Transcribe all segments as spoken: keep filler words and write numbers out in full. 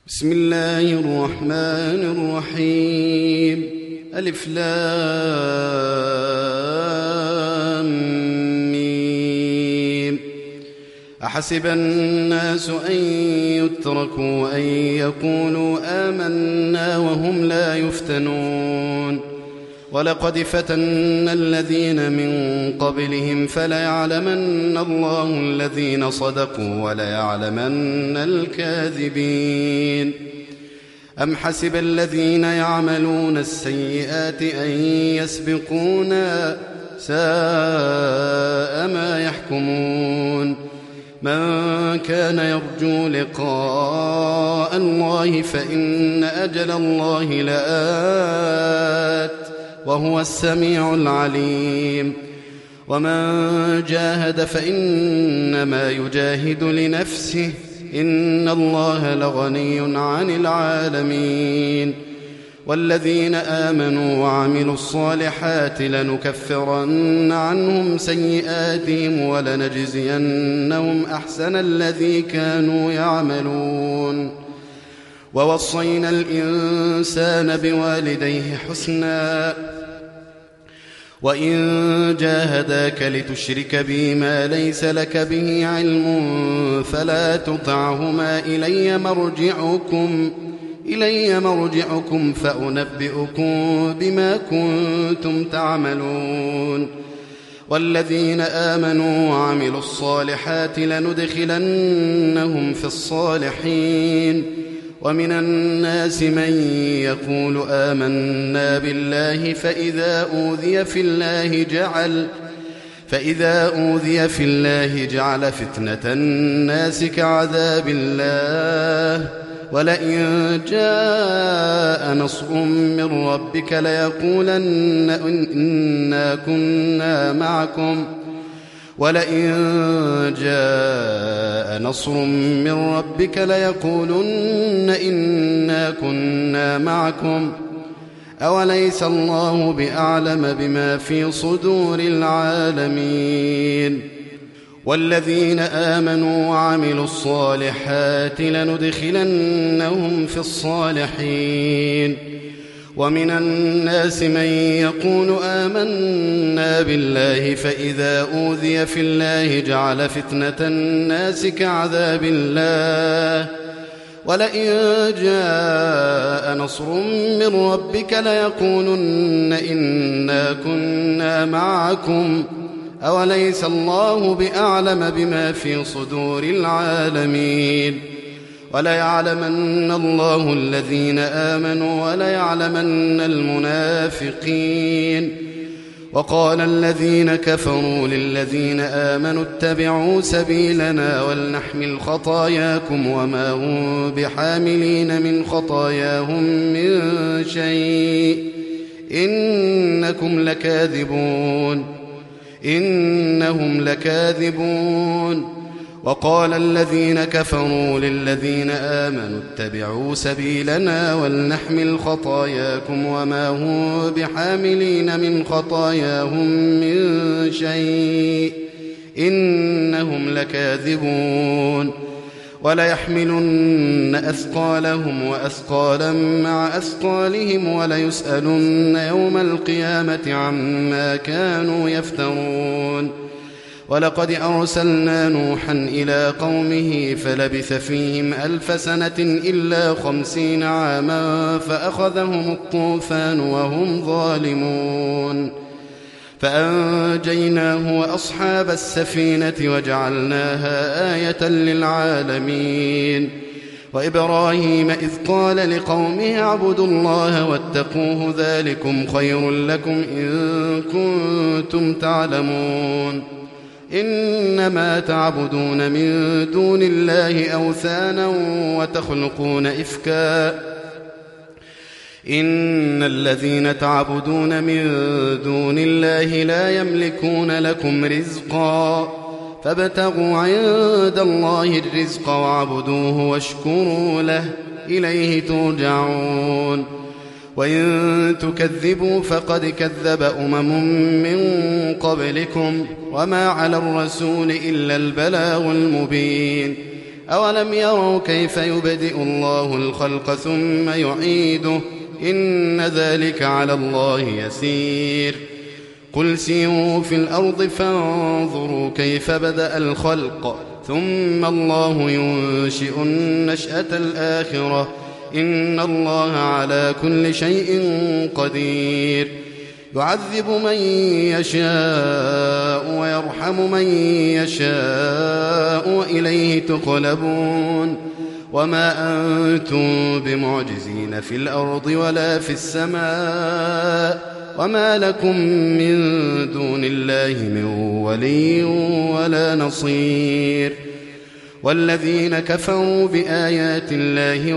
بسم الله الرحمن الرحيم. ألف لام ميم. أحسب الناس أن يتركوا أن يقولوا آمنا وهم لا يفتنون ولقد فتنا الذين من قبلهم فليعلمن الله الذين صدقوا وليعلمن الكاذبين. أم حسب الذين يعملون السيئات أن يسبقونا ساء ما يحكمون. من كان يرجو لقاء الله فإن أجل الله لآت وهو السميع العليم. ومن جاهد فإنما يجاهد لنفسه إن الله لغني عن العالمين. والذين آمنوا وعملوا الصالحات لنكفرن عنهم سيئاتهم ولنجزينهم أحسن الذي كانوا يعملون. ووصينا الإنسان بوالديه حسنا وإن جاهداك لتشرك بي ما ليس لك به علم فلا تطعهما إلي مرجعكم إلي مرجعكم فأنبئكم بما كنتم تعملون. والذين آمنوا وعملوا الصالحات لندخلنهم في الصالحين. ومن الناس من يقول آمنا بالله فإذا أوذي في الله جعل فإذا أوذي في الله جعل فتنة الناس كعذاب الله. ولئن جاء نصر من ربك ليقولن إنا كنا معكم ولئن جاء نصر من ربك ليقولن إنا كنا معكم أوليس الله بأعلم بما في صدور العالمين. والذين آمنوا وعملوا الصالحات لندخلنهم في الصالحين. ومن الناس من يقول آمنا بالله فإذا أوذي في الله جعل فتنة الناس كعذاب الله. ولئن جاء نصر من ربك ليقولن إنا كنا معكم أوليس الله بأعلم بما في صدور العالمين. وليعلمن الله الذين آمنوا وليعلمن المنافقين. وقال الذين كفروا للذين آمنوا اتبعوا سبيلنا ولنحمل خطاياكم وما هم بحاملين من خطاياهم من شيء إنكم لكاذبون إنهم لكاذبون. وقال الذين كفروا للذين آمنوا اتبعوا سبيلنا ولنحمل خطاياكم وما هم بحاملين من خطاياهم من شيء إنهم لكاذبون. وليحملن أثقالهم وأثقالا مع أثقالهم وليسألن يوم القيامة عما كانوا يفترون. ولقد أرسلنا نوحا إلى قومه فلبث فيهم ألف سنة إلا خمسين عاما فأخذهم الطوفان وهم ظالمون. فأنجيناه وأصحاب السفينة وجعلناها آية للعالمين. وإبراهيم إذ قال لقومه اعبدوا الله واتقوه ذلكم خير لكم إن كنتم تعلمون. إنما تعبدون من دون الله أوثانا وتخلقون إفكا إن الذين تعبدون من دون الله لا يملكون لكم رزقا فابتغوا عند الله الرزق واعبدوه واشكروا له إليه ترجعون. وإن تكذبوا فقد كذب أمم من قبلكم وما على الرسول إلا البلاغ المبين. أولم يروا كيف يبدئ الله الخلق ثم يعيده إن ذلك على الله يسير قل سيروا في الأرض فانظروا كيف بدأ الخلق ثم الله ينشئ النشأة الآخرة إن الله على كل شيء قدير يعذب من يشاء ويرحم من يشاء وإليه تقلبون وما أنتم بمعجزين في الأرض ولا في السماء وما لكم من دون الله من ولي ولا نصير والذين كفروا بآيات الله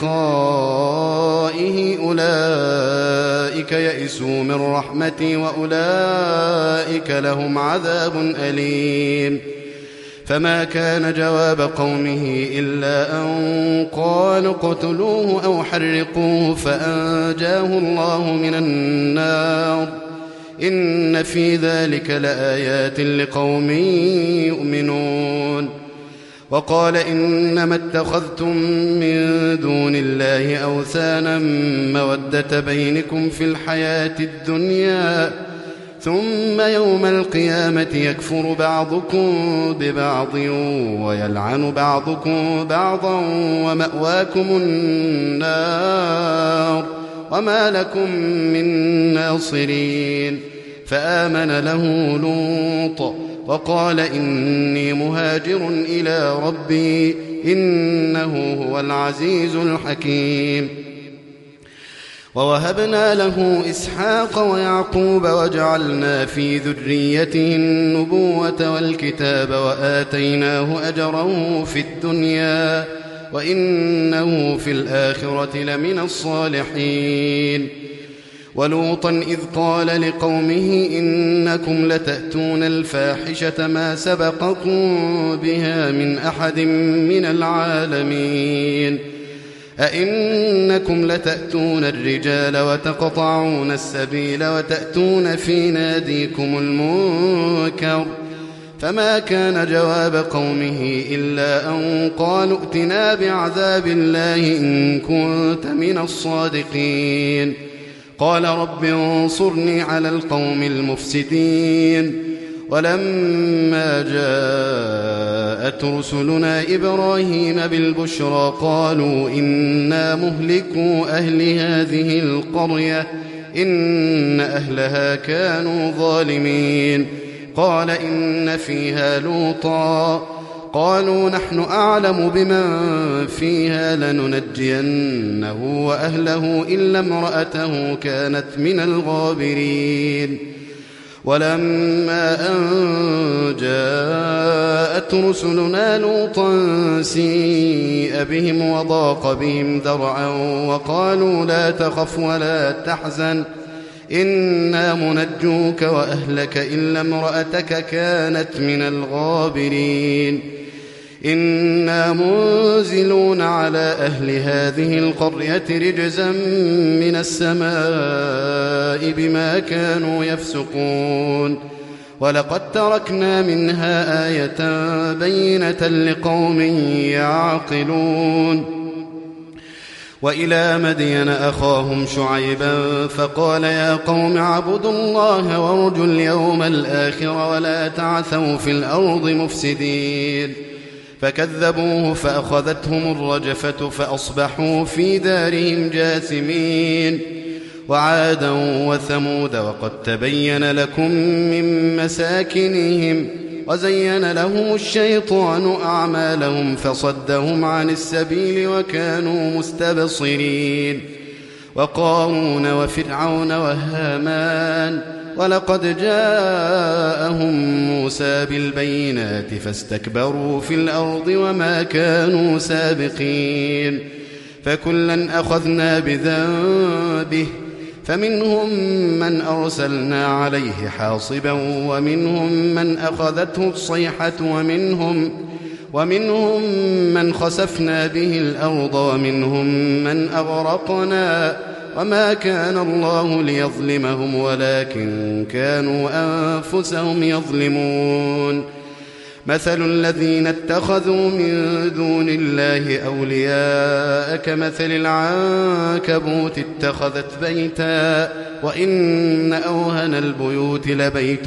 ولقائه أولئك يئسوا من رحمتي وأولئك لهم عذاب أليم فما كان جواب قومه إلا أن قالوا اقتلوه أو حرقوه فأنجاه الله من النار إن في ذلك لآيات لقوم يؤمنون وقال إنما اتخذتم من دون الله أوثانا مودة بينكم في الحياة الدنيا ثم يوم القيامة يكفر بعضكم ببعض ويلعن بعضكم بعضا ومأواكم النار وما لكم من ناصرين فآمن له لوط وقال إني مهاجر إلى ربي إنه هو العزيز الحكيم ووهبنا له إسحاق ويعقوب وجعلنا في ذريته النبوة والكتاب وآتيناه أجره في الدنيا وإنه في الآخرة لمن الصالحين ولوطا إذ قال لقومه إنكم لتأتون الفاحشة ما سبقكم بها من أحد من العالمين أئنكم لتأتون الرجال وتقطعون السبيل وتأتون في ناديكم المنكر فما كان جواب قومه إلا أن قالوا ائتنا بعذاب الله إن كنت من الصادقين قال رب انصرني على القوم المفسدين ولما جاءت رسلنا إبراهيم بالبشرى قالوا إنا مهلكو أهل هذه القرية إن أهلها كانوا ظالمين قال إن فيها لوطا قالوا نحن أعلم بمن فيها لننجينه وأهله إلا امرأته كانت من الغابرين ولما أن جاءت رسلنا لوطا سيء بهم وضاق بهم ذرعا وقالوا لا تخف ولا تحزن إنا منجوك وأهلك إلا امرأتك كانت من الغابرين إنا منزلون على أهل هذه القرية رجزا من السماء بما كانوا يفسقون ولقد تركنا منها آية بينة لقوم يعقلون وإلى مدين أخاهم شعيبا فقال يا قوم اعبدوا الله وارجوا اليوم الآخر ولا تعثوا في الأرض مفسدين فكذبوه فأخذتهم الرجفة فأصبحوا في دارهم جاثمين وعادا وثمود وقد تبين لكم من مساكنهم وزين لهم الشيطان أعمالهم فصدهم عن السبيل وكانوا مستبصرين وقارون وفرعون وهامان ولقد جاءهم موسى بالبينات فاستكبروا في الأرض وما كانوا سابقين فكلا أخذنا بذنبه فمنهم من أرسلنا عليه حاصبا ومنهم من أخذته الصيحة ومنهم, ومنهم من خسفنا به الأرض ومنهم من أغرقنا وما كان الله ليظلمهم ولكن كانوا أنفسهم يظلمون مثل الذين اتخذوا من دون الله أولياء كمثل العنكبوت اتخذت بيتا وإن أوهن البيوت لبيت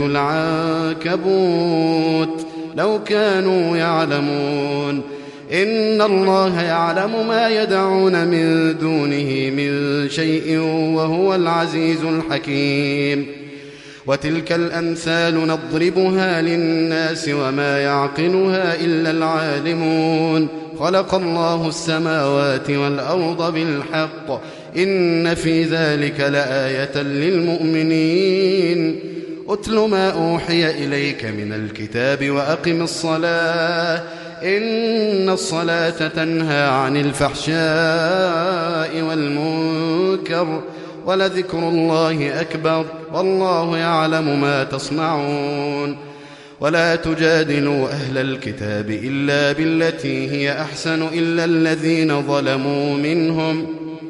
العنكبوت لو كانوا يعلمون إن الله يعلم ما يدعون من دونه من شيء وهو العزيز الحكيم وتلك الأمثال نضربها للناس وما يعقلها إلا العالمون خلق الله السماوات والأرض بالحق إن في ذلك لآية للمؤمنين أتل ما أوحي إليك من الكتاب وأقم الصلاة إن الصلاة تنهى عن الفحشاء والمنكر ولذكر الله أكبر والله يعلم ما تصنعون ولا تجادلوا أهل الكتاب إلا بالتي هي أحسن إلا الذين ظلموا منهم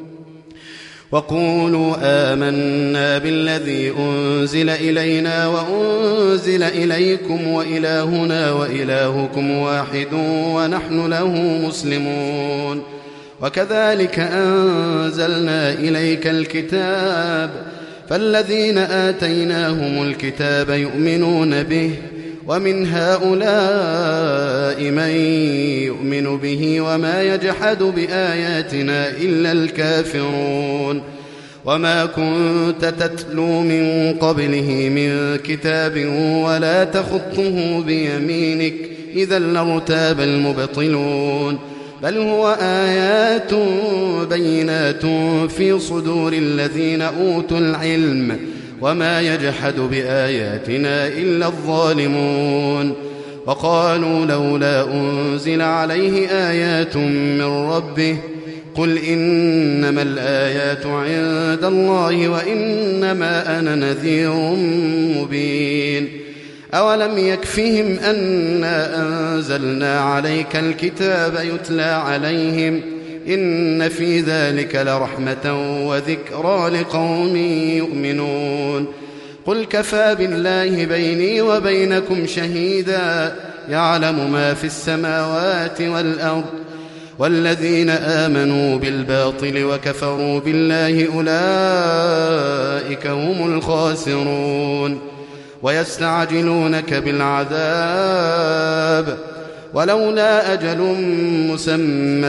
وقولوا آمنا بالذي أنزل إلينا وأنزل إليكم وإلهنا وإلهكم واحد ونحن له مسلمون وكذلك أنزلنا إليك الكتاب فالذين آتيناهم الكتاب يؤمنون به ومن هؤلاء من يؤمن به وما يجحد بآياتنا إلا الكافرون وما كنت تتلو من قبله من كتاب ولا تخطه بيمينك إذا لارتاب المبطلون بل هو آيات بينات في صدور الذين أوتوا العلم وما يجحد بآياتنا إلا الظالمون وقالوا لولا أنزل عليه آيات من ربه قل إنما الآيات عند الله وإنما أنا نذير مبين أولم يكفهم أنا أنزلنا عليك الكتاب يتلى عليهم إن في ذلك لرحمة وذكرى لقوم يؤمنون قل كفى بالله بيني وبينكم شهيدا يعلم ما في السماوات والأرض والذين آمنوا بالباطل وكفروا بالله أولئك هم الخاسرون ويستعجلونك بالعذاب ولولا أجل مسمى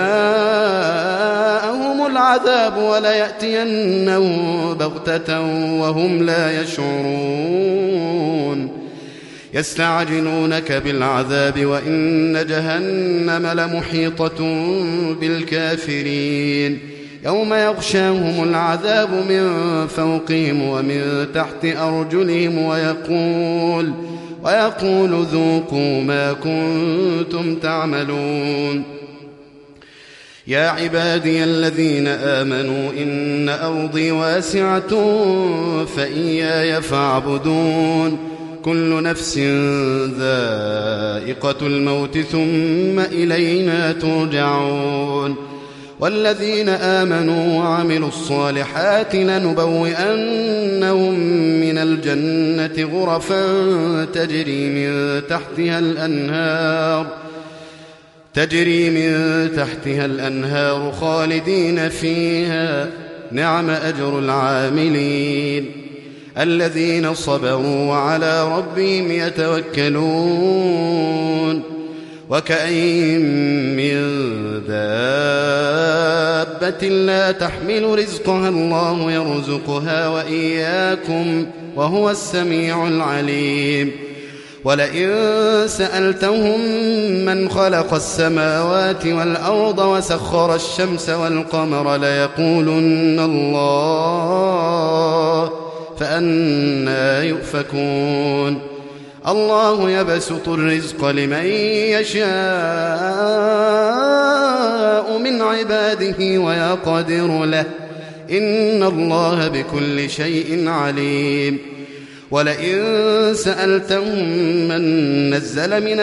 لجاءهم العذاب وليأتينهم بغتة وهم لا يشعرون يستعجلونك بالعذاب وإن جهنم لمحيطة بالكافرين يوم يغشاهم العذاب من فوقهم ومن تحت أرجلهم ويقول ويقول ذوقوا ما كنتم تعملون يا عبادي الذين آمنوا إن أرضي واسعة فإياي فاعبدون كل نفس ذائقة الموت ثم إلينا ترجعون والذين آمنوا وعملوا الصالحات لنبوئنهم من الجنة غرفا تجري من تحتها الأنهار تجري من تحتها الأنهار خالدين فيها نعم أجر العاملين الذين صبروا وعلى ربهم يتوكلون وكأين من دابة لا تحمل رزقها الله يرزقها وإياكم وهو السميع العليم ولئن سألتهم من خلق السماوات والأرض وسخر الشمس والقمر ليقولن الله فأنى يؤفكون الله يبسط الرزق لمن يشاء من عباده ويقدر له إن الله بكل شيء عليم ولئن سألتهم من نزل من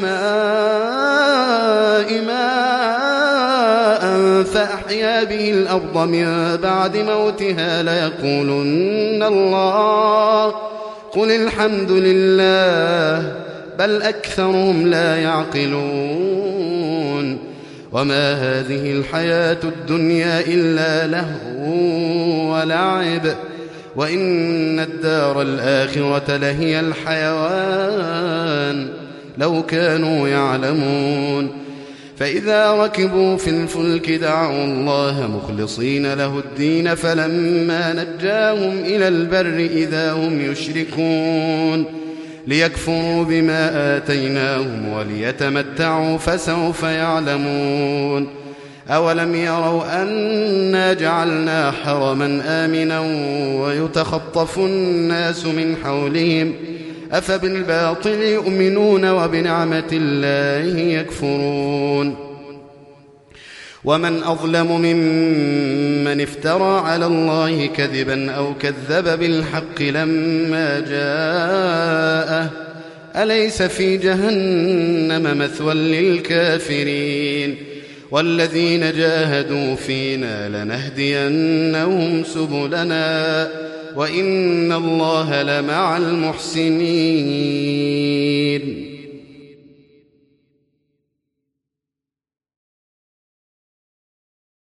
السماء ماء فأحيا به الأرض من بعد موتها ليقولن الله قل الحمد لله بل أكثرهم لا يعقلون وما هذه الحياة الدنيا إلا لهو ولعب وإن الدار الآخرة لهي الحيوان لو كانوا يعلمون فإذا ركبوا في الفلك دعوا الله مخلصين له الدين فلما نجاهم إلى البر إذا هم يشركون ليكفروا بما آتيناهم وليتمتعوا فسوف يعلمون أولم يروا أنا جعلنا حرما آمنا ويتخطف الناس من حولهم أفبالباطل يؤمنون وبنعمة الله يكفرون ومن أظلم ممن افترى على الله كذبا أو كذب بالحق لما جاءه أليس في جهنم مثوى للكافرين والذين جاهدوا فينا لنهدينهم سبلنا وإن الله لمع المحسنين